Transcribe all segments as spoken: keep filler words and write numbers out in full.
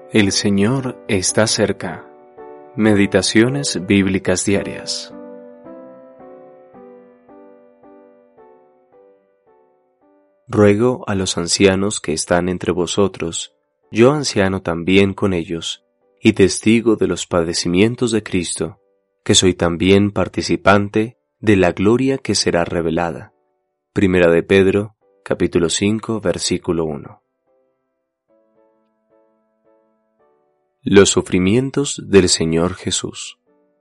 El Señor está cerca. Meditaciones bíblicas diarias. Ruego a los ancianos que están entre vosotros, yo anciano también con ellos, y testigo de los padecimientos de Cristo, que soy también participante de la gloria que será revelada. Primera de Pedro, capítulo cinco, versículo uno. Los sufrimientos del Señor Jesús.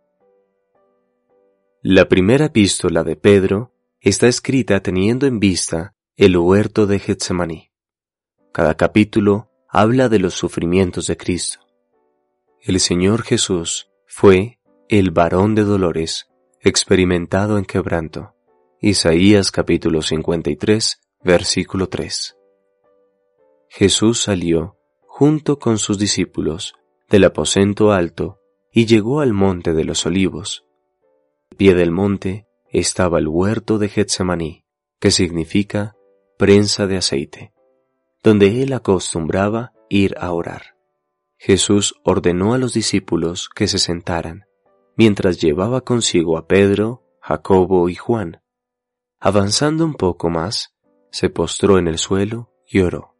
La primera epístola de Pedro está escrita teniendo en vista el huerto de Getsemaní. Cada capítulo habla de los sufrimientos de Cristo. El Señor Jesús fue el varón de dolores, experimentado en quebranto. Isaías capítulo cincuenta y tres, versículo tres. Jesús salió, junto con sus discípulos, del aposento alto y llegó al monte de los olivos. Al pie del monte estaba el huerto de Getsemaní, que significa prensa de aceite, donde él acostumbraba ir a orar. Jesús ordenó a los discípulos que se sentaran, mientras llevaba consigo a Pedro, Jacobo y Juan. Avanzando un poco más, se postró en el suelo y oró.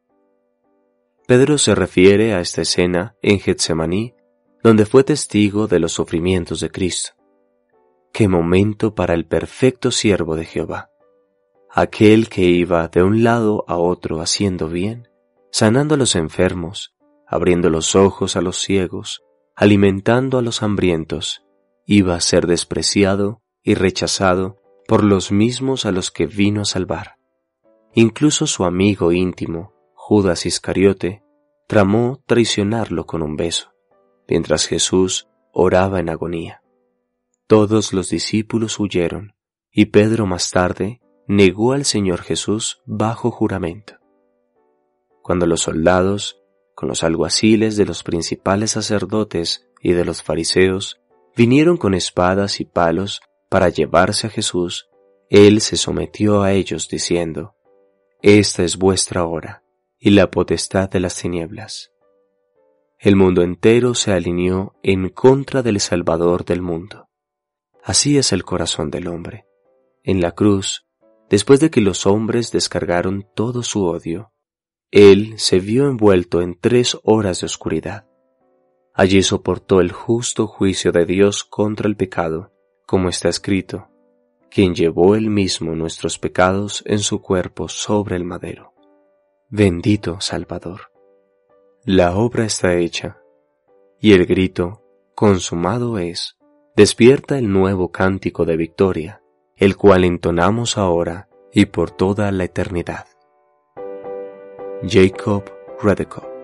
Pedro se refiere a esta escena en Getsemaní, donde fue testigo de los sufrimientos de Cristo. ¡Qué momento para el perfecto siervo de Jehová! Aquel que iba de un lado a otro haciendo bien, sanando a los enfermos, abriendo los ojos a los ciegos, alimentando a los hambrientos, iba a ser despreciado y rechazado por los mismos a los que vino a salvar. Incluso su amigo íntimo, Judas Iscariote, tramó traicionarlo con un beso, mientras Jesús oraba en agonía. Todos los discípulos huyeron, y Pedro más tarde negó al Señor Jesús bajo juramento. Cuando los soldados, con los alguaciles de los principales sacerdotes y de los fariseos, vinieron con espadas y palos para llevarse a Jesús, él se sometió a ellos diciendo: «Esta es vuestra hora y la potestad de las tinieblas». El mundo entero se alineó en contra del Salvador del mundo. Así es el corazón del hombre. En la cruz, después de que los hombres descargaron todo su odio, él se vio envuelto en tres horas de oscuridad. Allí soportó el justo juicio de Dios contra el pecado, como está escrito: quien llevó él mismo nuestros pecados en su cuerpo sobre el madero. Bendito Salvador. La obra está hecha, y el grito, consumado es, despierta el nuevo cántico de victoria, el cual entonamos ahora y por toda la eternidad. Jacob Redekop.